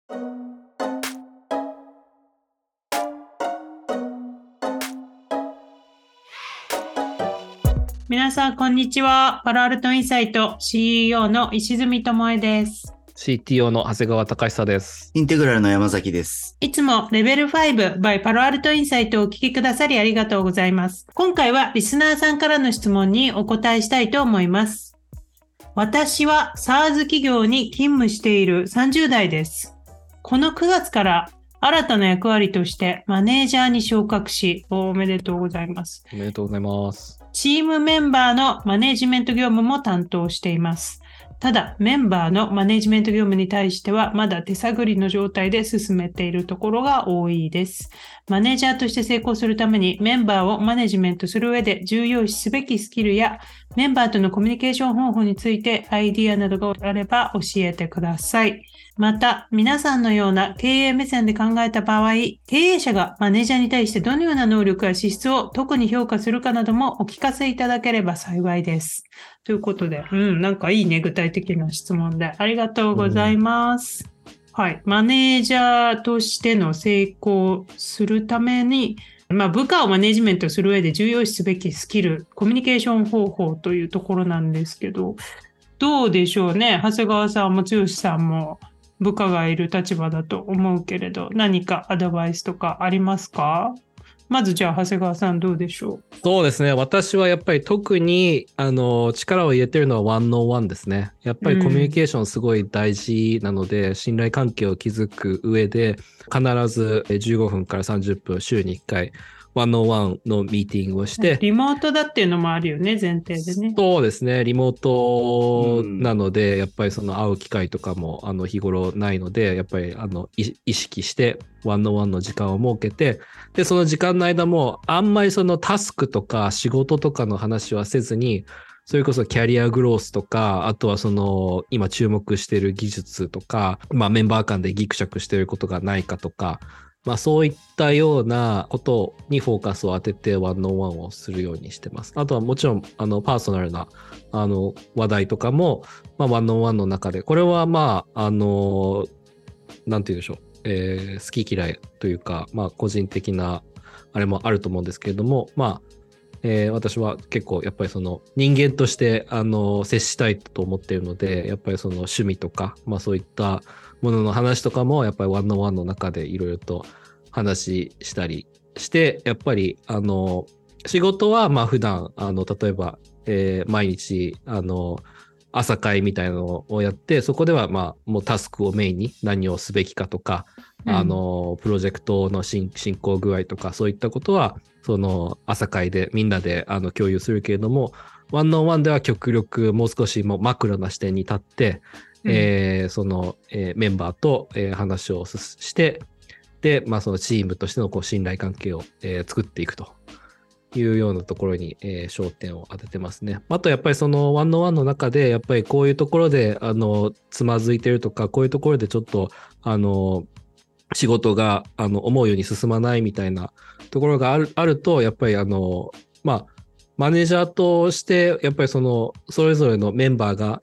皆さん、こんにちは。パロアルトインサイト CEO の石積智恵です。 CTO の長谷川隆久です。 インテグラルの山崎です。 いつもレベル5 by パロアルトインサイトをお聞きくださりありがとうございます。今回はリスナーさんからの質問にお答えしたいと思います。私は SaaS 企業に勤務している30代です。この9月から新たな役割としてマネージャーに昇格し、おめでとうございます。 おめでとうございます。 チームメンバーのマネジメント業務も担当しています。ただ、メンバーのマネジメント業務に対してはまだ手探りの状態で進めているところが多いです。マネージャーとして成功するためにメンバーをマネジメントする上で重要視すべきスキルやメンバーとのコミュニケーション方法についてアイディアなどがあれば教えてください。また、皆さんのような経営目線で考えた場合、経営者がマネージャーに対してどのような能力や資質を特に評価するかなどもお聞かせいただければ幸いです。ということで、なんかいいね、具体的な質問でありがとうございます。はい。マネージャーとしての成功するために、部下をマネジメントする上で重要視すべきスキル、コミュニケーション方法というところなんですけど、どうでしょうね。長谷川さんも剛さんも部下がいる立場だと思うけれど、何かアドバイスとかありますか？まずじゃあ長谷川さんどうでしょう？ そうですね。私はやっぱり特に力を入れてるのはワンオンワンですね。やっぱりコミュニケーションすごい大事なので、信頼関係を築く上で必ず15分から30分週に1回ワンオンワンのミーティングをして、 リモートだっていうのもあるよね、前提でね。 そうですね。リモートなので、やっぱりその会う機会とかも日頃ないので、やっぱり意識してワンオンワンの時間を設けて、で、その時間の間もあんまりそのタスクとか仕事とかの話はせずに、それこそキャリアグロースとか、あとはその今注目している技術とか、メンバー間でギクシャクしていることがないかとか、そういったようなことにフォーカスを当ててワンオンワンをするようにしてます。あとはもちろんパーソナルな話題とかも、ワンオンワンの中で、これはなんて言うんでしょう、好き嫌いというか、個人的なあれもあると思うんですけれども、私は結構やっぱりその人間として接したいと思っているので、やっぱりその趣味とか、そういったものの話とかもやっぱりワンオンワンの中でいろいろと話したりして、やっぱり仕事は普段例えば、毎日朝会みたいなのをやって、そこではもうタスクをメインに何をすべきかとか、プロジェクトの進行具合とかそういったことはその朝会でみんなで共有するけれども、ワンオンワンでは極力もう少しもうマクロな視点に立って、その、メンバーと、話をして、で、そのチームとしての信頼関係を、作っていくというようなところに、焦点を当ててますね。あとやっぱりそのワンオンワンの中でやっぱりこういうところでつまずいてるとか、こういうところでちょっと仕事が思うように進まないみたいなところがあると、やっぱりマネージャーとしてやっぱりそれぞれのメンバーが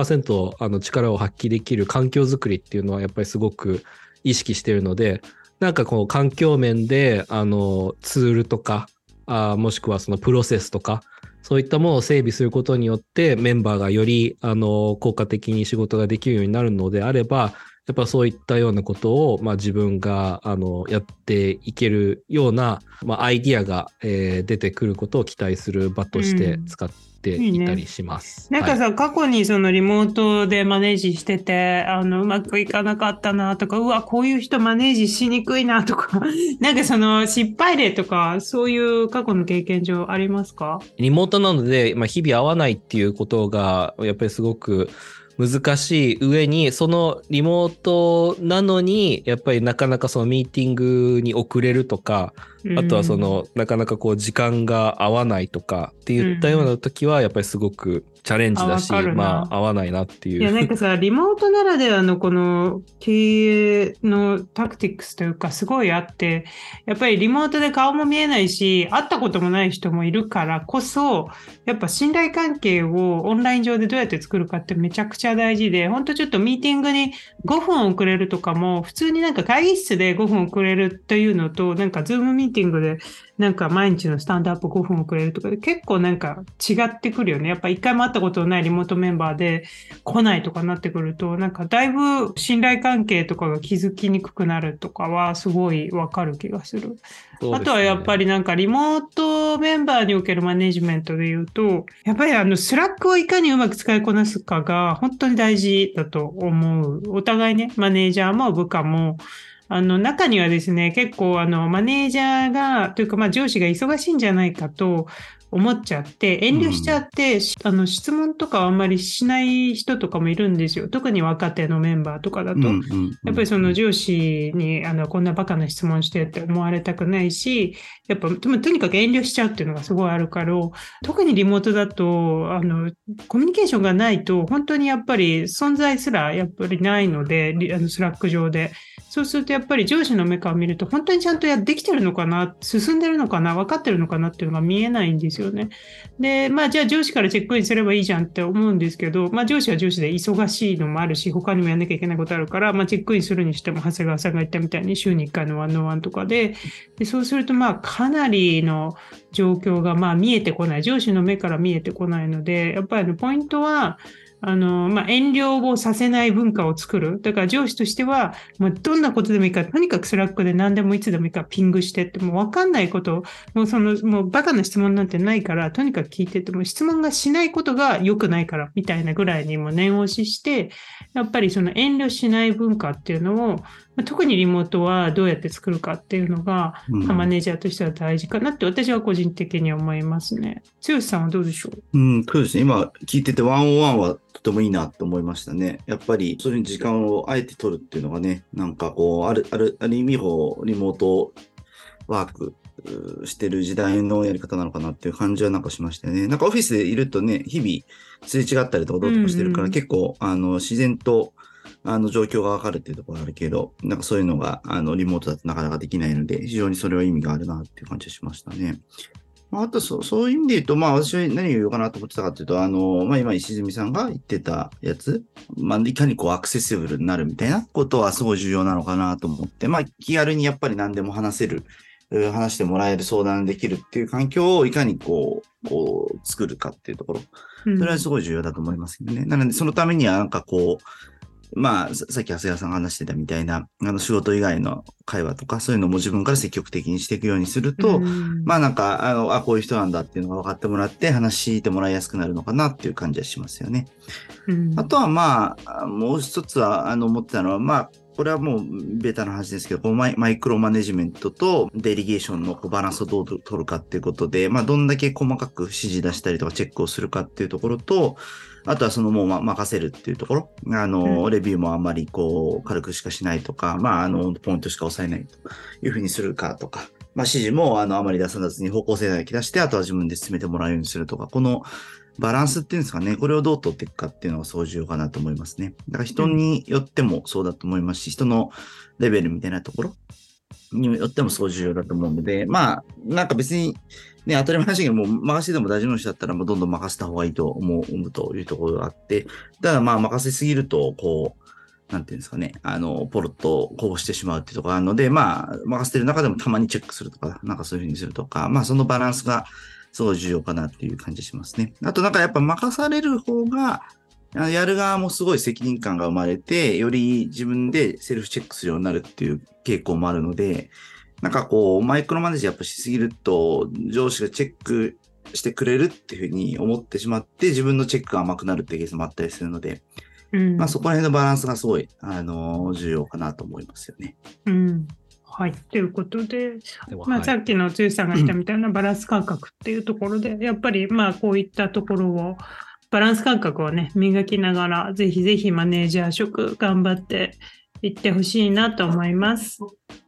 100% 力を発揮できる環境づくりっていうのはやっぱりすごく意識しているので、なんかこう環境面でツールとかもしくはそのプロセスとかそういったものを整備することによってメンバーがより効果的に仕事ができるようになるのであれば、やっぱそういったようなことを、自分がやっていけるような、アイディアが、出てくることを期待する場として使っていたりします。 なんかさ、過去にそのリモートでマネージしててうまくいかなかったなとか、こういう人マネージしにくいなとかなんかその失敗例とかそういう過去の経験上ありますか？ リモートなので、日々会わないっていうことがやっぱりすごく難しい上に、そのリモートなのにやっぱりなかなかそのミーティングに遅れるとか、 あとはなかなかこう時間が合わないとかって言ったような時はやっぱりすごくチャレンジだし、まあ合わないなっていう。 いやなんかさ、リモートならではのこの経営のタクティックスというかすごいあって、やっぱりリモートで顔も見えないし、会ったこともない人もいるからこそ、やっぱ信頼関係をオンライン上でどうやって作るかってめちゃくちゃ大事で、本当ちょっとミーティングに5分遅れるとかも、普通になんか会議室で5分遅れるというのと、なんかズームミーティングでなんか毎日のスタンドアップ5分遅れるとかで結構なんか違ってくるよね。やっぱ一回も会ったことのないリモートメンバーで来ないとかなってくると、なんかだいぶ信頼関係とかが築きにくくなるとかはすごいわかる気がする。あとはやっぱりなんかリモートメンバーにおけるマネジメントで言うと、やっぱりスラックをいかにうまく使いこなすかが本当に大事だと思う。お互いね、マネージャーも部下も、中にはですね、結構マネージャーが、というかまあ上司が忙しいんじゃないかと思っちゃって、遠慮しちゃって、質問とかはあんまりしない人とかもいるんですよ。特に若手のメンバーとかだと。やっぱりその上司にこんなバカな質問してって思われたくないし、やっぱとにかく遠慮しちゃうっていうのがすごいあるから、特にリモートだと、コミュニケーションがないと、本当にやっぱり存在すらやっぱりないので、スラック上で。そうするとやっぱり上司の目から見ると本当にちゃんとできてるのかな、進んでるのかな、分かってるのかなっていうのが見えないんですよね。で、まあじゃあ上司からチェックインすればいいじゃんって思うんですけど、まあ上司は上司で忙しいのもあるし、他にもやんなきゃいけないことあるから、まあチェックインするにしても長谷川さんが言ったみたいに週に1回のワンオンワンとかで、そうするとまあかなりの状況がまあ見えてこない、上司の目から見えてこないので、やっぱりポイントは、まあ、遠慮をさせない文化を作る。だから上司としては、もうどんなことでもいいから、とにかくスラックで何でもいつでもいいからピングしてって、もう分かんないこと、もうバカな質問なんてないから、とにかく聞いてって、も質問がしないことが良くないから、みたいなぐらいにも念押しして、やっぱりその遠慮しない文化っていうのを、特にリモートはどうやって作るかっていうのが、マネージャーとしては大事かなって私は個人的に思いますね。剛さんはどうでしょう？ そうですね。今聞いててワンオンワンはとてもいいなと思いましたね。やっぱりそれに時間をあえて取るっていうのがね、なんかこう、ある意味リモートワークしてる時代のやり方なのかなっていう感じはなんかしましたよね。なんかオフィスでいるとね、日々すれ違ったりとかどうとかしてるから、結構自然と状況がわかるっていうところがあるけど、なんかそういうのがリモートだとなかなかできないので、非常にそれは意味があるなっていう感じがしましたね。あとそういう意味で言うと、まあ私は何を言おうかなと思ってたかというと、まあ今石積さんが言ってたやつ、まあいかにこうアクセシブルになるみたいなことはすごい重要なのかなと思って、まあ気軽にやっぱり何でも話せる、話してもらえる、相談できるっていう環境をいかにこう作るかっていうところ、それはすごい重要だと思いますけどね。なのでそのためにはなんかこう、まあ、さっき長谷川さんが話してたみたいな、仕事以外の会話とか、そういうのも自分から積極的にしていくようにすると、まあなんか、こういう人なんだっていうのが分かってもらって、話してもらいやすくなるのかなっていう感じはしますよね。あとはまあ、もう一つは、思ってたのは、まあ、これはもうベータの話ですけど、こうマイクロマネジメントとデリゲーションのバランスをどう取るかっていうことで、まあ、どんだけ細かく指示出したりとかチェックをするかっていうところと、あとはもう任せるっていうところ、レビューもあんまりこう軽くしかしないとか、まあ、ポイントしか押さえないというふうにするかとか、まあ、指示もあまり出さずに方向性だけ出して、あとは自分で進めてもらうようにするとか、このバランスっていうんですかね、これをどう取っていくかっていうのがすごい重要かなと思いますね。だから人によってもそうだと思いますし、人のレベルみたいなところによってもすごい重要だと思うので、まあ、なんか別に、ね、当たり前だけど、もう任せても大丈夫な人だったら、もうどんどん任せた方がいいと思うというところがあって、ただまあ任せすぎると、こう、なんていうんですかね、ポロッとこぼしてしまうっていうところがあるので、まあ、任せてる中でもたまにチェックするとか、なんかそういうふうにするとか、まあそのバランスがすごい重要かなっていう感じしますね。あとなんかやっぱ任される方が、やる側もすごい責任感が生まれて、より自分でセルフチェックするようになるっていう傾向もあるので、なんかこう、マイクロマネージやっぱしすぎると、上司がチェックしてくれるっていうふうに思ってしまって、自分のチェックが甘くなるっていうケースもあったりするので、まあそこら辺のバランスがすごい、重要かなと思いますよね。 はい。ということで、まあ、さっきの剛さんが言ったみたいなバランス感覚っていうところで、やっぱりまあこういったところを、バランス感覚をね、磨きながら、ぜひぜひマネージャー職頑張っていってほしいなと思います。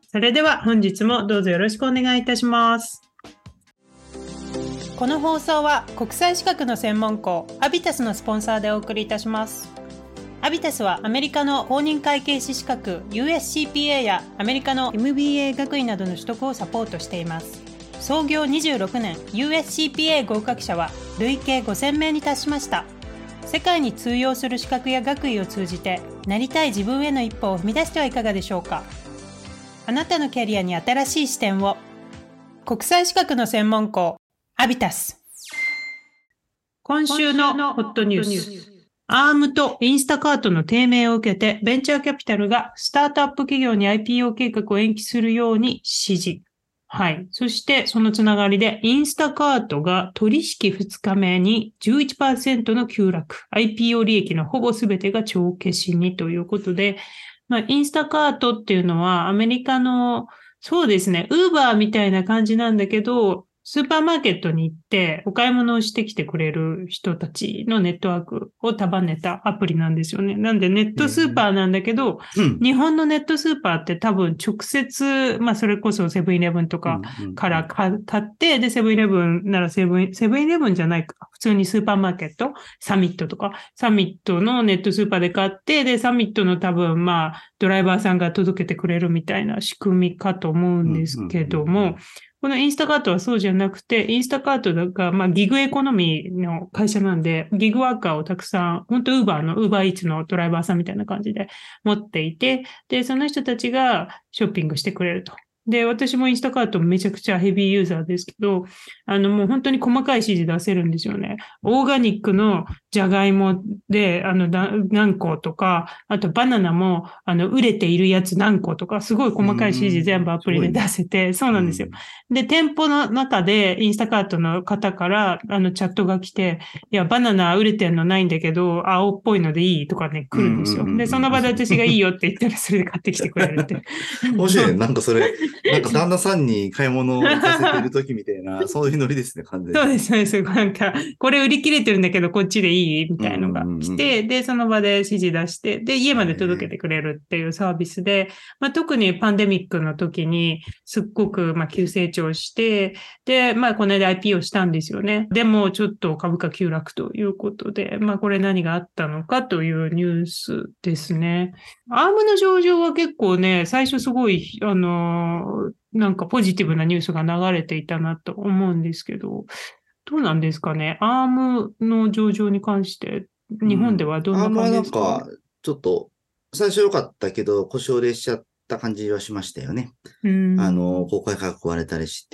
それでは本日もどうぞよろしくお願いいたします。この放送は国際資格の専門校アビタスのスポンサーでお送りいたします。アビタスはアメリカの公認会計士資格 USCPA やアメリカの MBA 学位などの取得をサポートしています。創業26年 USCPA 合格者は累計5000名に達しました。世界に通用する資格や学位を通じてなりたい自分への一歩を踏み出してはいかがでしょうか。あなたのキャリアに新しい視点を。国際資格の専門校アビタス。今週のホットニュース。アームとインスタカートの低迷を受けて、ベンチャーキャピタルがスタートアップ企業に IPO 計画を延期するように指示。はい。そして、そのつながりで、インスタカートが取引2日目に 11% の急落。IPO 利益のほぼ全てが帳消しにということで、インスタカートっていうのはアメリカの、そうですね、ウーバーみたいな感じなんだけど、スーパーマーケットに行ってお買い物をしてきてくれる人たちのネットワークを束ねたアプリなんですよね。なんでネットスーパーなんだけど、日本のネットスーパーって多分直接、それこそセブンイレブンとかから買って、で、セブンイレブンならセブンイレブンじゃないか。普通にスーパーマーケット、サミットとか、サミットのネットスーパーで買って、で、サミットの多分ドライバーさんが届けてくれるみたいな仕組みかと思うんですけども、このインスタカートはそうじゃなくて、インスタカートが、ギグエコノミーの会社なんで、ギグワーカーをたくさん、本当ウーバーイーツのドライバーさんみたいな感じで持っていて、で、その人たちがショッピングしてくれると。で、私もインスタカートめちゃくちゃヘビーユーザーですけど、もう本当に細かい指示出せるんですよね。オーガニックのジャガイモで、何個とか、あとバナナも、売れているやつ何個とか、すごい細かい指示全部アプリで出せて、そうなんですよ。で、店舗の中でインスタカートの方から、チャットが来て、いや、バナナ売れてんのないんだけど、青っぽいのでいいとかね、来るんですよ。で、その場で私がいいよって言ったら、それで買ってきてくれるって。 面白いね。なんかそれ、なんか旦那さんに買い物をさせてる時みたいな、そういうノリですね、完全に。 そうです、そうです。なんか、これ売り切れてるんだけど、こっちでいいみたいのが来て、で、その場で指示出して、で、家まで届けてくれるっていうサービスで、特にパンデミックの時に、すっごく、急成長して、で、この間 IPO したんですよね。でも、ちょっと株価急落ということで、これ何があったのかというニュースですね。アームの上場は結構ね、最初すごい、なんかポジティブなニュースが流れていたなと思うんですけど、どうなんですかね。アームの上場に関して、日本ではどんな感じですか？ アームはなんか、ちょっと、最初良かったけど、故障でしちゃった感じはしましたよね。公開価格割れたりして、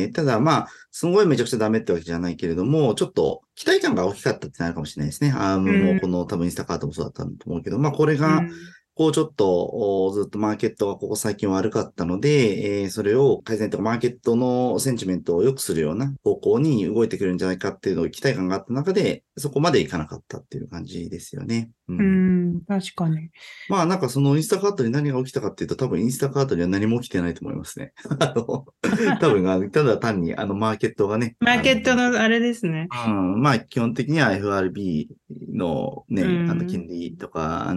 ただすごいめちゃくちゃダメってわけじゃないけれども、ちょっと期待感が大きかったってなるかもしれないですね。アームもこの多分インスタカートもそうだったと思うけど、これが、ちょっとずっとマーケットがここ最近悪かったので、それを改善とかマーケットのセンチメントを良くするような方向に動いてくれるんじゃないかっていうのを期待感があった中で、そこまでいかなかったっていう感じですよね。 確かに。 なんかそのインスタカートに何が起きたかっていうと、多分インスタカートには何も起きてないと思いますね。多分ただ単にマーケットがね。 マーケットのあれですね。 基本的には FRB のね、金利とか、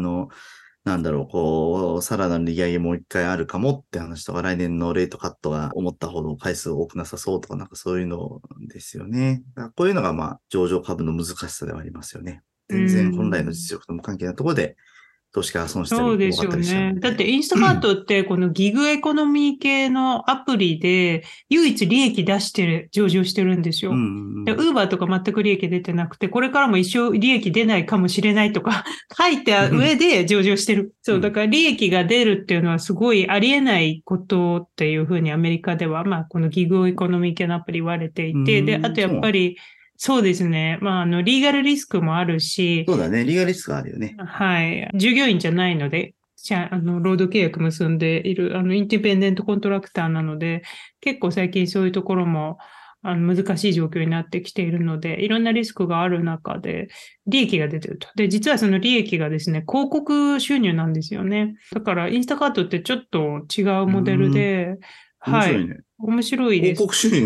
さらなる利上げもう一回あるかもって話とか、来年のレートカットが思ったほど回数多くなさそうとか、なんかそういうのですよね。こういうのが上場株の難しさではありますよね。全然本来の実力と無関係なところで、投資家が損したりそうですよね。だってインスタカートってこのギグエコノミー系のアプリで唯一利益出してる、上場してるんですよ。ウーバーとか全く利益出てなくて、これからも一生利益出ないかもしれないとか書いて上で上場してる。そう、だから利益が出るっていうのはすごいありえないことっていうふうにアメリカでは、このギグエコノミー系のアプリ言われていて、で、あとやっぱり、そうですね。リーガルリスクもあるし。 そうだね。リーガルリスクあるよね。 はい。従業員じゃないので、労働契約結んでいる、インディペンデントコントラクターなので、結構最近そういうところも、難しい状況になってきているので、いろんなリスクがある中で、利益が出てると。で、実はその利益がですね、広告収入なんですよね。だから、インスタカートってちょっと違うモデルで、 面白いね。 面白いです。 広告収入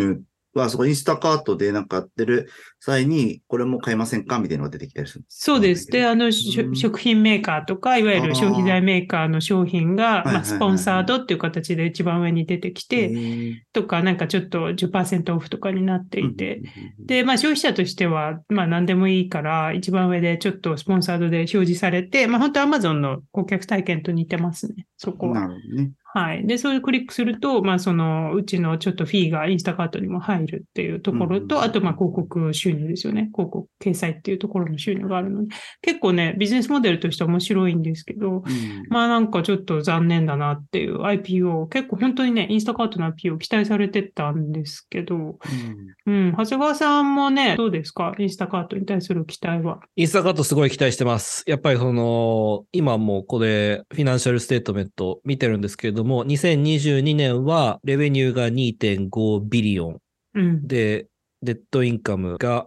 は、そこインスタカートでなんかやってる際に、これも買いませんかみたいなのが出てきたりする。 そうです。で、食品メーカーとか、いわゆる消費財メーカーの商品が、スポンサードっていう形で一番上に出てきて、とか、なんかちょっと 10% オフとかになっていて、で、消費者としては、何でもいいから、一番上でちょっとスポンサードで表示されて、本当 Amazon の顧客体験と似てますね、そこは。 なるほどね。 はい。で、それをクリックすると、そのうちのちょっとフィーがインスタカートにも入るっていうところと、あと、広告収入ですよね。広告掲載っていうところの収入があるので、結構ね、ビジネスモデルとしては面白いんですけど、なんかちょっと残念だなっていう IPO、結構本当にね、インスタカートの IPO 期待されてたんですけど、長谷川さんもね、どうですか？インスタカートに対する期待は。 インスタカートすごい期待してます。やっぱり今もうこれ、フィナンシャルステートメント見てるんですけれども、2022年はレベニューが 2.5 ビリオン、で、デッドインカムが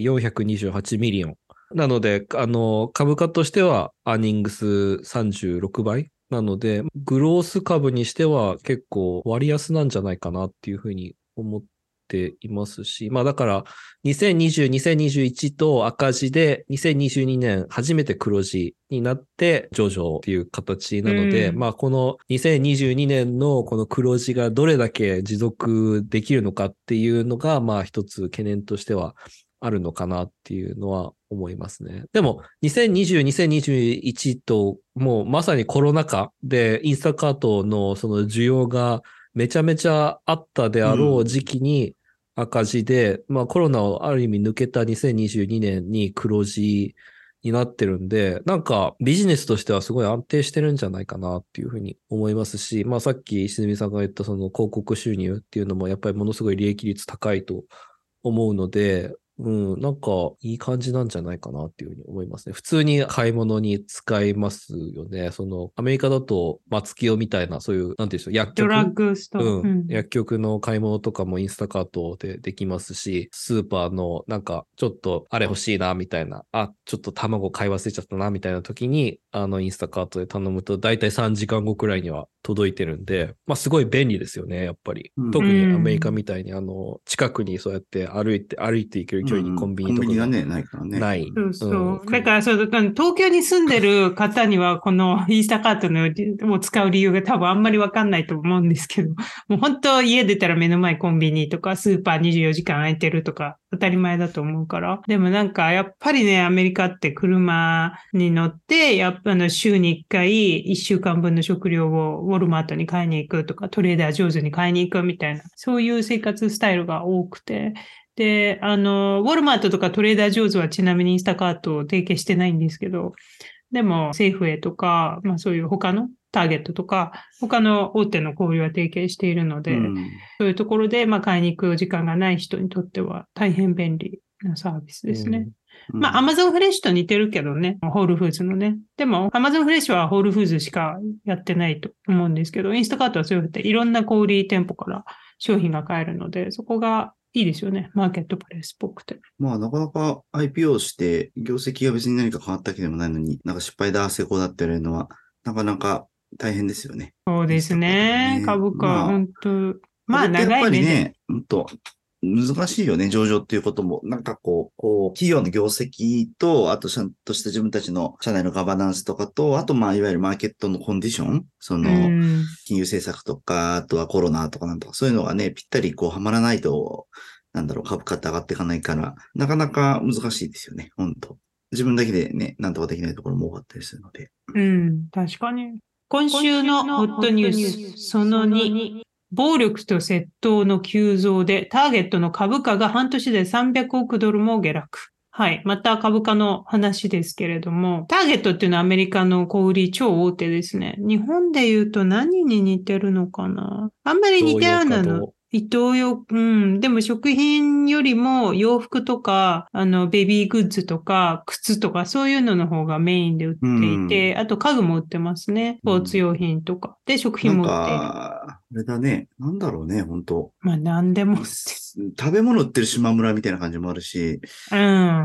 428ミリオン。なので、株価としてはアーニングス36倍。なので、グロース株にしては結構割安なんじゃないかなっていうふうに思っていますし、だから2020、2021と赤字で2022年初めて黒字になって上場っていう形なので、この2022年のこの黒字がどれだけ持続できるのかっていうのが、一つ懸念としてはあるのかなっていうのは思いますね。でも、2020、2021と、もうまさにコロナ禍で、インスタカートのその需要がめちゃめちゃあったであろう時期に赤字で、コロナをある意味抜けた2022年に黒字になってるんで、なんかビジネスとしてはすごい安定してるんじゃないかなっていうふうに思いますし、さっき石積さんが言ったその広告収入っていうのもやっぱりものすごい利益率高いと思うので、なんかいい感じなんじゃないかなっていうふうに思いますね。普通に買い物に使いますよね。アメリカだと松清みたいな、そういう、なんていうんでしょう、薬局。 ドラッグストア。 薬局の買い物とかもインスタカートでできますし、スーパーのなんかちょっとあれ欲しいなみたいな、ちょっと卵買い忘れちゃったなみたいな時に、インスタカートで頼むと大体3時間後くらいには届いてるんで、すごい便利ですよね、やっぱり。特にアメリカみたいに近くにそうやって歩いていける距離にコンビニとかがね、ないからね。 ない。 そう。だから東京に住んでる方には、このインスタカートを使う理由が多分あんまりわかんないと思うんですけど、もう本当家出たら目の前コンビニとかスーパー24時間空いてるとか当たり前だと思うから。でもなんかやっぱりね、アメリカって車に乗って、週に1回1週間分の食料をウォルマートに買いに行くとか、トレーダー上手に買いに行くみたいな、そういう生活スタイルが多くて、で、ウォルマートとかトレーダー上手はちなみにインスタカートを提携してないんですけど、でも、セーフウェイとか、そういう他のターゲットとか、他の大手の小売は提携しているので、そういうところで、買いに行く時間がない人にとっては大変便利なサービスですね。アマゾンフレッシュと似てるけどね、ホールフーズのね。でも、アマゾンフレッシュはホールフーズしかやってないと思うんですけど、インスタカートはそうやっていろんな小売店舗から商品が買えるので、そこがいいですよね。マーケットプレイスっぽくて。 なかなか IPO して、業績が別に何か変わったわけでもないのに、なんか失敗だ、成功だって言われるのは、なかなか大変ですよね。 そうですね。株価、本当長い目で。やっぱりね、難しいよね、上場っていうことも。なんか企業の業績と、あとちゃんとした自分たちの社内のガバナンスとかと、あといわゆるマーケットのコンディション、金融政策とか、あとはコロナとかなんとか、そういうのがね、ぴったりはまらないと、株価って上がっていかないから、なかなか難しいですよね、本当自分だけでね、なんとかできないところも多かったりするので。 確かに。今週のホットニュース、その2。暴力と窃盗の急増で、ターゲットの株価が半年で300億ドルも下落。はい。また株価の話ですけれども、ターゲットっていうのはアメリカの小売超大手ですね。日本で言うと何に似てるのかな？あんまり似てるの。イトーヨー、でも食品よりも洋服とか、ベビーグッズとか、靴とか、そういうのの方がメインで売っていて、あと家具も売ってますね。スポーツ用品とか。で、食品も売っている。 あれだね。なんだろうね、本当まあ、何でも食べ物売ってる島村みたいな感じもあるし。 うん。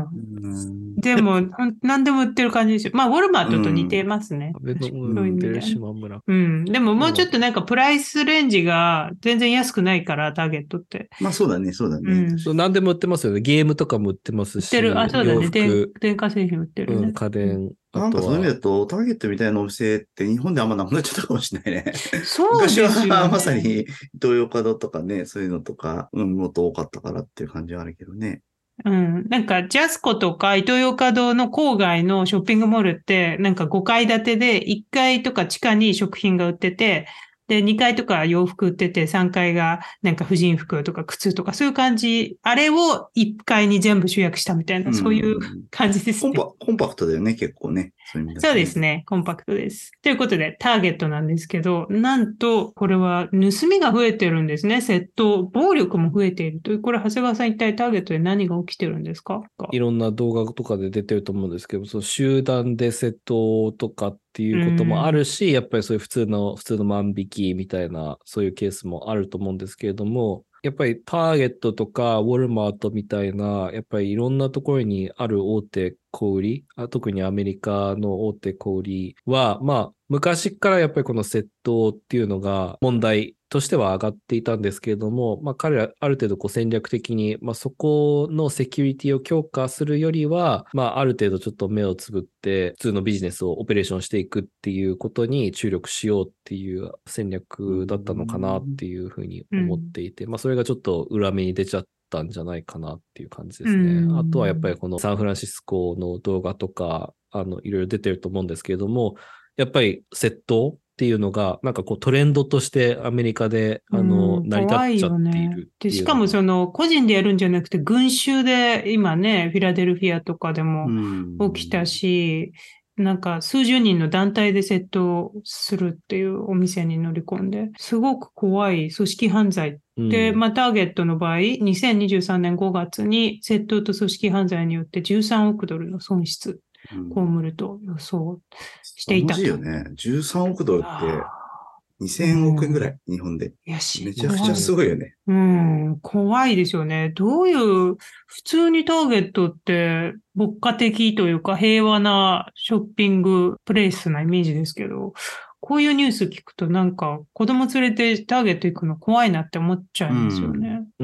でで、 も、何でも売ってる感じですよ。まあ、ウォルマーうトと似てん。 ますね。 食べ確かにそういう意物売ってる味ではね。 島村。 うん。でも、もうちょっとウォルマート。 なんかプライスレンジが全然安くないから、ターゲットって。 まあそうだね、そうだね。 うん。 そう、何でも売ってますよね。ゲームとかも売ってます売ってる。あ、 し、洋そうだね。 服、 電化製品売ってるうん、 ね。うん、 家電、あなんかそういう意味とは、 だと、ターゲットみたいなお店って日本であんまなくなっちゃったかもしれないね。 そう昔ですよはまさね。 に東洋華堂とかね、そういうのとか、もっと多かったからっていう感じはあるけどね。 うん。なんか、ジャスコとかイトーヨーカドーの郊外のショッピングモールって、なんか5階建てで、1階とか地下に食品が売ってて、で、2階とか洋服売ってて、3階がなんか婦人服とか靴とか、そういう感じ。あれを1階に全部集約したみたいうな、そういうん。 感じですね。 コンパクトだよね、結構ね。そういう意味だそうとね。 ですね。コンパクトです。ということで、ターゲットなんですけど、なんと、これは盗みが増えてるんですね。窃盗、暴力も増えているという、これ、長谷川さん一体ターゲットで何が起きてるんですか？ いろんな動画とかで出てると思うんですけど、その集団で窃盗とかっていううこともあん。 るし、やっぱりそういう普通の万引きみたいな、そういうケースもあると思うんですけれども、やっぱりターゲットとかウォルマートみたいな、やっぱりいろんなところにある大手小売り、特にアメリカの大手小売りは、まあ、昔からやっぱりこの窃盗っていうのが問題としては上がっていたんですけれども、まあ彼らある程度こう戦略的に、まあそこのセキュリティを強化するよりは、まあある程度ちょっと目をつぶって普通のビジネスをオペレーションしていくっていうことに注力しようっていう戦う略だったのかなっん。 ていうふうに思っうん。 ていて、まあそれがちょっと裏目に出ちゃったんじゃないかなっていう感じでうすね。あとはやっぱん。 りこのサンフランシスコの動画とか、いろいろ出てると思うんですけれども、やっぱり窃盗っていうのが、なんかこうトレンドとしてアメリカで、 うん、 成り立っ怖いちゃっていよね。 るっで、しかていうのが、 もその個人でやるんじゃなくて群衆で今ね、フィラデルフィアとかでうも起きたん。 し、なんか数十人の団体で窃盗するっていうお店に乗り込んで、すごく怖い組織犯罪で、 うん、 まあ、ターゲットの場合、2023年5月に窃盗と組織犯罪によって13億ドルの損失被うん。 ると予想して凄まいたと。 じいよね。13億ドルっあてーう 2000億円ぐらん。 い、日本で。 いやめちゃくちゃ怖い。 すごいよね。 うん、怖いですよね。どういう、普通にターゲットって牧歌的というか平和なショッピングプレイスなイメージですけど、こういうニュース聞くとなんか子供連れてターゲット行くの怖いなって思っちゃういますよん。 ね。 うん、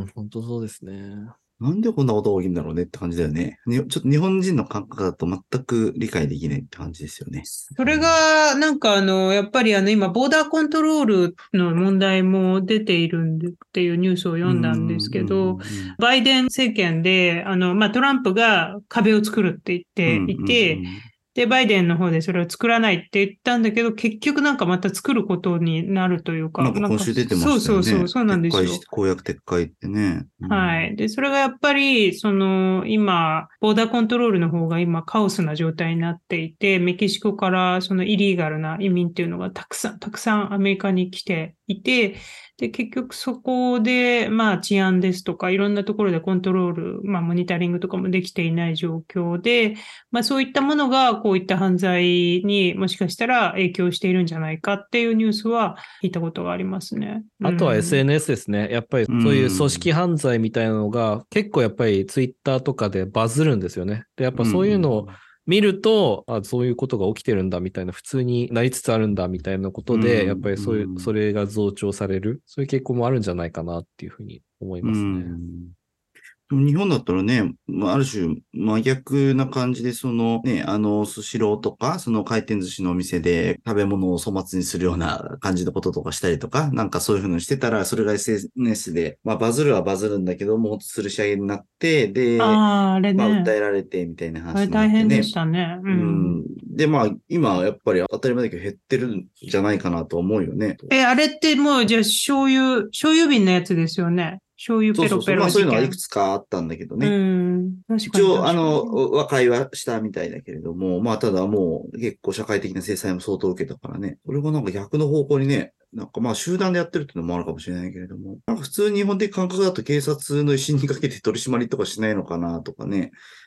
本当そうですね。 なんでこんなことが起きるんだろうねって感じだよね。ちょっと日本人の感覚だと全く理解できないって感じですよね。 それが、なんかやっぱり今、ボーダーコントロールの問題も出ているんでっていうニュースをうん、 読んだんですうん、 けど、 うん、 バイデン政権で、まあ、トランプが壁を作るって言っうん、うていて、 ん。 で、バイデンの方でそれを作らないって言ったんだけど、結局なんかまた作ることになるというか、 なんかなんか、 今週出てまそうしたよね。 そうそう、そうなんですよ。 公約撤回ってね。うん。 はい。で、それがやっぱり、今、ボーダーコントロールの方が今、カオスな状態になっていて、メキシコからそのイリーガルな移民っていうのがたくさんアメリカに来ていて、で、結局そこで、まあ、治安ですとか、いろんなところでコントロール、まあ、モニタリングとかもできていない状況で、まあ、そういったものが、こういった犯罪にもしかしたら影響しているんじゃないかっていうニュースは聞いたことがありますね。うあとはん。 SNS ですね。やっぱりうそういう組ん。 織犯罪みたいなのが結構やっぱりツイッターとかでバズるんですよね。で、やっぱうん。 そういうのを見ると、そういうことが起きてるんだみたいな、普通になりつつあるんだみたいなこうとで、やっぱん。 りそうん。 れが増長される、そういう傾向もあるんじゃないかなっていうふうに思いうますね。 ん。でも日本だったらね、ある種真逆な感じで、スシローとか、その回転寿司のお店で食べ物を粗末にするような感じのこととかしたりとか、なんかそういうふうにしてたら、それが SNS で、まあバズるはバズるんだけども、吊るし上げになって、で、 ああ、あれまあ訴ね。 えられてみたいなあれ話にな大変でしってね。 たね。ううん。 ん。で、まあ今やっぱり当たり前だけど減ってるんじゃないかなと思うよね。 あれってもうじゃあ醤油瓶のやつですよね。醤油そうそうそう。まあペロペロそういうのはいく事件。 つかあったんだけどうね。 ん。確かに一応、 確かに。 和解はしたみたいだけれども、まあ、ただもう結構社会的な制裁も相当受けたからね。これがなんか逆の方向にね、なんかまあ集団でやってるっていうのもあるかもしれないけれども、なんか普通日本的感覚だと警察の威信にかけて取り締まりとかしないのかなとかね、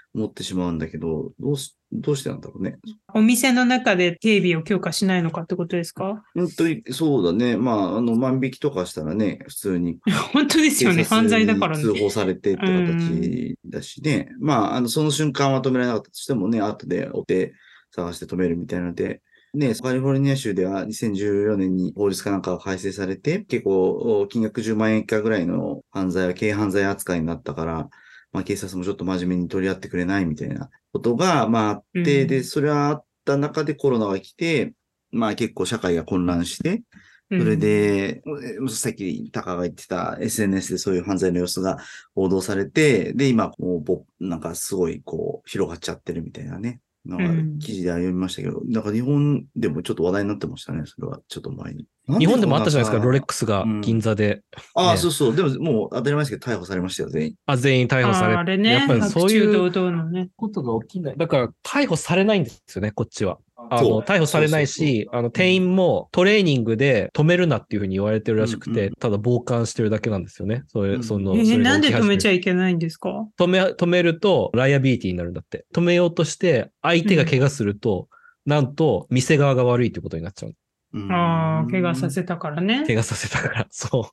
思ってしまうんだけど、どうしてなんだろうね。 お店の中で警備を強化しないのかってことですか？ 本当に、そうだね。まあ、万引きとかしたらね、普通に本当です警よね。犯察罪だからね。 に通報されてっうてん。 形だしね。まあ、その瞬間は止められなかったとしてもね、後で追って探して止めるみたいなので、ね、カリフォルニア州では2014年に法律かなんかが改正されて、結構金額10万円以下ぐらいの犯罪は軽犯罪扱いになったから、まあ警察もちょっと真面目に取り合ってくれないみたいなことが、まああって、で、それはあった中でコロナが来て、まあ結構社会が混乱して、それで、さっきタカが言ってた SNS でそういう犯罪の様子が報道されて、で、今、なんかすごい広がっちゃってるみたいなね。なんか記事では読みましたけど、なんか日本でもちょっと話題になってましたね、それはちょっと前に。 日本でもあったじゃないですか、ロレックスが銀座で。 ああ、そうそう。でももう当たり前ですけど逮捕されましたよ、全員。 全員逮捕されて。 あれね、 やっぱりそういう堂々のね。 ことが起きない。だから逮捕されないんですよね、こっちは。逮捕されないし、店員もトレーニングで止めるなっていうふうに言われてるらしくて、ただ傍観してるだけなんですよね。 なんで止めちゃいけないんですか？ 止めるとライアビリティになるんだって。止めようとして相手が怪我すると、なんと店側が悪いってことになっちゃう。 ああ、怪我させたからね。 怪我させたから、そう。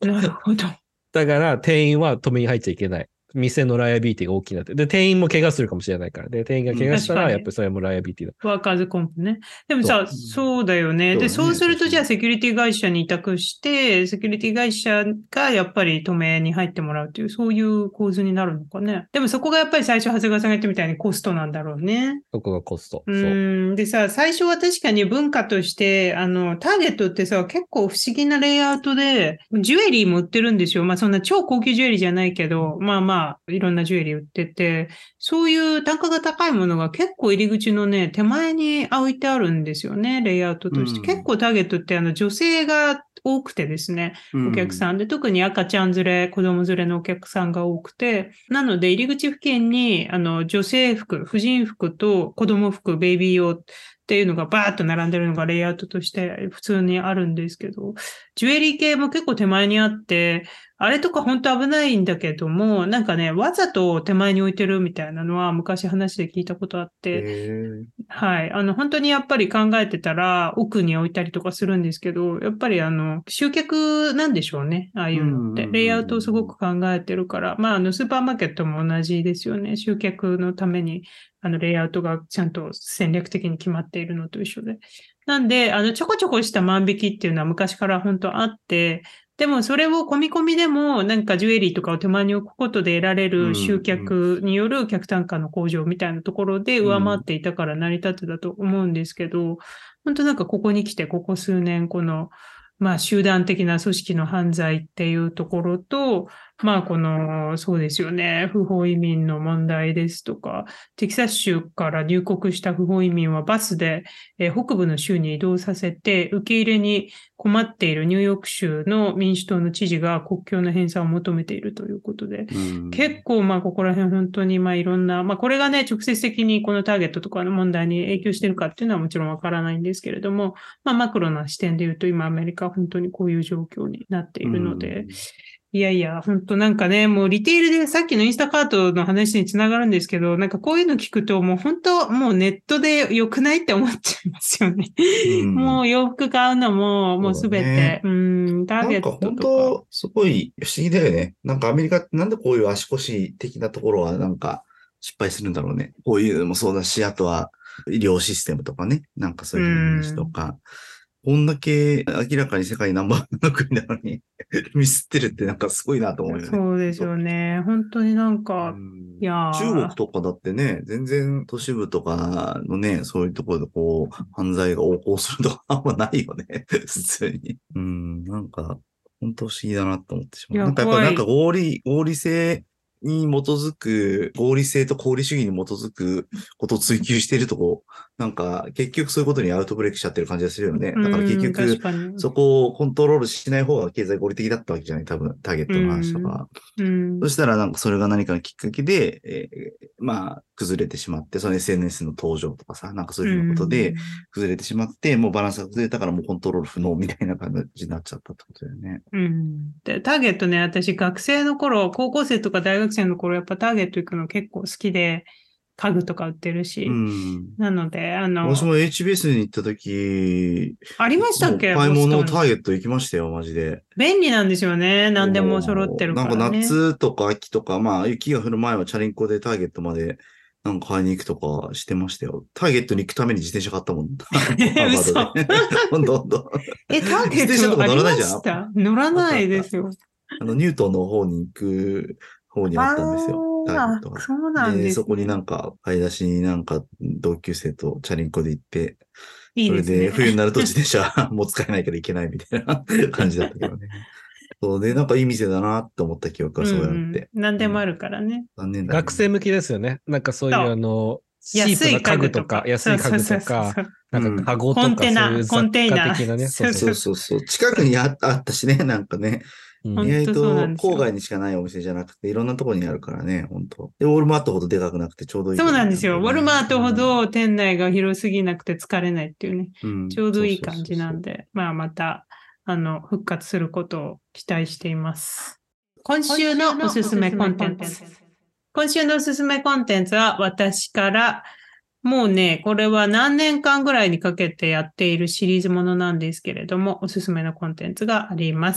なるほど。 だから店員は止めに入っちゃいけない。店のライアビリティが大きいなって。で、店員も怪我するかもしれないから。で、店員が怪我したら、やっぱりそれもライアビリティだ。 ワーカーズコンプね。でもさ、そうだよね。で、そうするとじゃあセキュリティ会社に委託して、セキュリティ会社がやっぱり止めに入ってもらうという、そういう構図になるのかね。でもそこがやっぱり最初、長谷川さんが言ったみたいにコストなんだろうね。 そこがコスト。 でさ、最初は確かに文化として、ターゲットってさ、結構不思議なレイアウトで、ジュエリーも売ってるんですよ。まあそんな超高級ジュエリーじゃないけど、まあまあ、いろんなジュエリー売ってて、そういう単価が高いものが結構入り口のね、手前に置いてあるんですよね、レイアウトとして。結構ターゲットって女性が多くてですね、お客さんで、特に赤ちゃん連れ、子供連れのお客さんが多くて、なので入り口付近に、女性服、婦人服と子供服、ベイビー用っていうのがバーッと並んでるのがレイアウトとして普通にあるんですけど、ジュエリー系も結構手前にあって、あれとか本当危ないんだけども、なんかね、わざと手前に置いてるみたいなのは昔話で聞いたことあって、はい。本当にやっぱり考えてたら奥に置いたりとかするんですけど、やっぱり集客なんでしょうね。ああいうのって。レイアウトをすごく考えてるから、まあスーパーマーケットも同じですよね。集客のために、レイアウトがちゃんと戦略的に決まっているのと一緒で。なんで、ちょこちょこした万引きっていうのは昔から本当あって、でもそれを込み込みでもなんかジュエリーとかを手前に置くことで得られる集客による客単価の向上みたいなところで上回っていたから成り立ってたと思うんですけど、本当なんかここに来てここ数年このまあ集団的な組織の犯罪っていうところと、まあそうですよね、不法移民の問題ですとか、テキサス州から入国した不法移民はバスで、北部の州に移動させて、受け入れに困っているニューヨーク州の民主党の知事が国境の返済を求めているということで、結構まあここら辺本当にまあいろんな、まあこれがね、直接的にこのターゲットとかの問題に影響しているかっていうのはもちろんわからないんですけれども、まあマクロな視点で言うと今アメリカは本当にこういう状況になっているので、いやいや、本当なんかね、もうリテールでさっきのインスタカートの話につながるんですけど、なんかこういうの聞くともう本当もうネットで良くないって思っちゃいますよね。もう洋服買うのももうすべて、ターゲットとか。 なんか本当すごい不思議だよね。なんかアメリカってなんでこういう足腰的なところはなんか失敗するんだろうね。こういうのもそうだし、あとは医療システムとかね。なんかそういう話とか。こんだけ明らかに世界ナンバーワンの国なのにミスってるってなんかすごいなと思うよね。 そうですよね。本当になんか、いや中国とかだってね、全然都市部とかのね、そういうところでこう、犯罪が横行するとかあんまないよね。普通に。なんか、本当不思議だなと思ってしまう。なんかやっぱなんか合理性に基づく、合理性と功利主義に基づくことを追求しているとこ、なんか結局そういうことにアウトブレイクしちゃってる感じがするよね。だから結局、そこをコントロールしない方が経済合理的だったわけじゃない、多分、ターゲットの話とか。そしたらなんかそれが何かのきっかけで、まあ、崩れてしまって、その SNS の登場とかさ、なんかそういうことで崩れてしまって、もうバランスが崩れたからもうコントロール不能みたいな感じになっちゃったってことだよね。 で、ターゲットね、私学生の頃、高校生とか大学学生の頃やっぱターゲット行くの結構好きで、家具とか売ってるし。なので、 私も HBS に行った時、 ありましたっけ？ 買い物ターゲット行きましたよ、マジで。 便利なんですよね。何でも揃ってるからね。 なんか夏とか秋とか、まあ雪が降る前はチャリンコでターゲットまでなんか買いに行くとかしてましたよ。ターゲットに行くために自転車買ったもん。 嘘。 ほんと。 ターゲットありました？乗らないですよ。 ニュートンの方に行く方にあったんですよ。ターゲットが。 そうなんですね。 そこになんか買い出しになんか同級生とチャリンコで行って、 いいですね。 それで冬になると自転車もう使えないから行けないみたいな感じだったけどね。そうで、なんかいい店だなって思った記憶がそうやって。 何でもあるからね。 残念だね。 学生向きですよね。なんかそういうシープな家具とか、安い家具とか、なんかカゴとか、そういう雑貨的なね。 そう。近くにあったしね、なんかね。意外と郊外にしかないお店じゃなくて、いろんなところにあるからね、本当。で、ウォルマートほどでかくなくてちょうどいい、 そうなんですよ。ウォルマートほど店内が広すぎなくて疲れないっていうね。ちょうどいい感じなんで、まあまた、復活することを期待しています。今週のおすすめコンテンツ。今週のおすすめコンテンツは私から、もうね、これは何年間ぐらいにかけてやっているシリーズものなんですけれども、おすすめのコンテンツがあります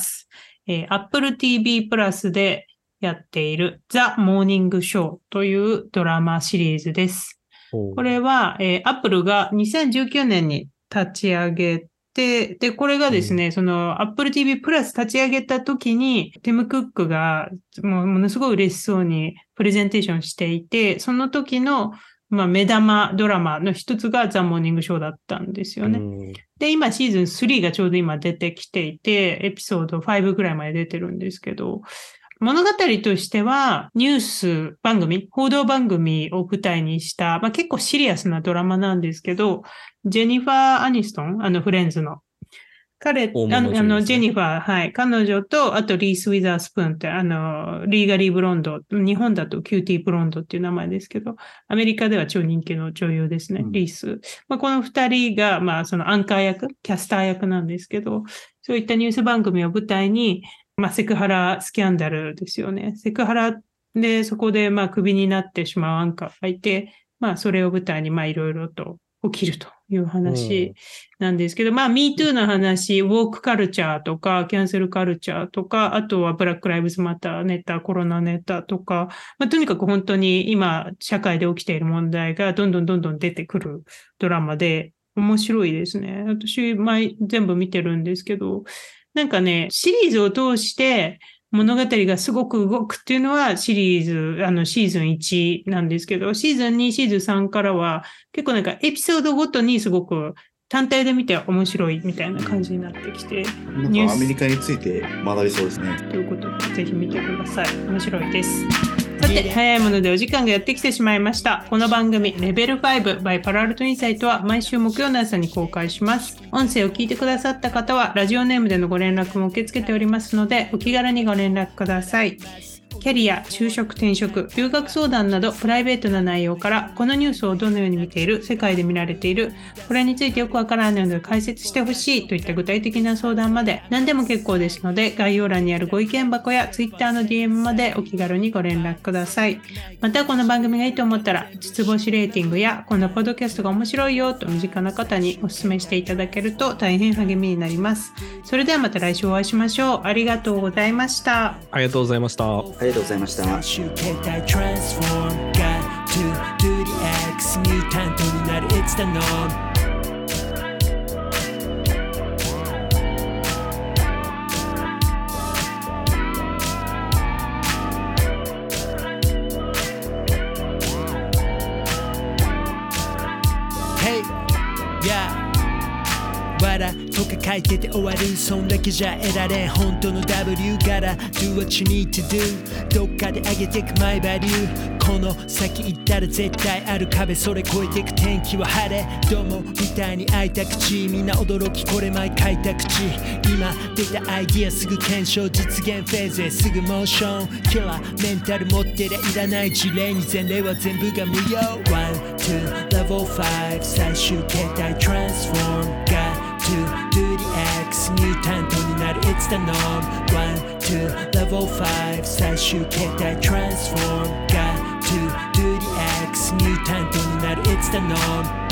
。Apple TV プラスでやっている The Morning Show というドラマシリーズです。これは、Apple が2019年に立ち上げて、で、これがですね、その Apple TV プラス立ち上げた時に、ティム・クックがものすごい嬉しそうにプレゼンテーションしていて、その時の目玉ドラマの一つがザ・モーニングショーだったんですよね。で、今シーズン3がちょうど今出てきていて、エピソード5ぐらいまで出てるんですけど、物語としてはニュース番組、報道番組を舞台にした、結構シリアスなドラマなんですけど、ジェニファー・アニストン、フレンズの。ジェニファー、はい。彼女と、あとリース・ウィザースプーンって、リーガリー・ブロンド、日本だとキューティー・ブロンドっていう名前ですけど、アメリカでは超人気の女優ですね、リース。この二人が、そのアンカー役、キャスター役なんですけど、そういったニュース番組を舞台に、セクハラスキャンダルですよね。セクハラで、そこで、クビになってしまうアンカーがいて、それを舞台に、いろいろと起きるという話なんですけど、MeToo の話、ウォークカルチャーとか、キャンセルカルチャーとか、あとはブラックライブズマターネタ、コロナネタとか、とにかく本当に今、社会で起きている問題がどんどん出てくるドラマで、面白いですね。私、全部見てるんですけど、なんかね、シリーズを通して物語がすごく動くっていうのはシリーズ、シーズン1なんですけど、シーズン2、シーズン3からは結構なんかエピソードごとにすごく単体で見て面白いみたいな感じになってきて。 なんかアメリカについて学びそうですね。 ということで、ぜひ見てください。面白いです。さて、早いものでお時間がやってきてしまいました。この番組、レベル5 by パラアルトインサイトは毎週木曜の朝に公開します。音声を聞いてくださった方は、ラジオネームでのご連絡も受け付けておりますので、お気軽にご連絡ください。キャリア、就職、転職、留学相談などプライベートな内容から、このニュースをどのように見ている、世界で見られている、これについてよくわからないので解説してほしいといった具体的な相談まで何でも結構ですので、概要欄にあるご意見箱や Twitter の DM までお気軽にご連絡ください。またこの番組がいいと思ったら、5つ星レーティングやこのポッドキャストが面白いよと身近な方にお勧めしていただけると大変励みになります。それではまた来週お会いしましょう。ありがとうございました。 ありがとうございました。 ありがとうございました。 最終形態 transform got to do the X ミュータントになる It's the norm Hey yeahとか書いてて終わるそんだけじゃ得られん本当の W から Do what you need to do どっかで上げてく My value この先行ったら絶対ある壁それ越えてく天気は晴れどうもみたいに開いた口みんな驚きこれ前開いた口今出たアイディアすぐ検証実現フェーズへすぐモーションキラーメンタル持ってりゃいらない事例に前例は全部が無用 One, two, level 5最終形態 Transform Got to do the X ミュータントになるなる It's the norm 1, 2, level 5最終形態 transform Got to do the X ミュータントになる It's the norm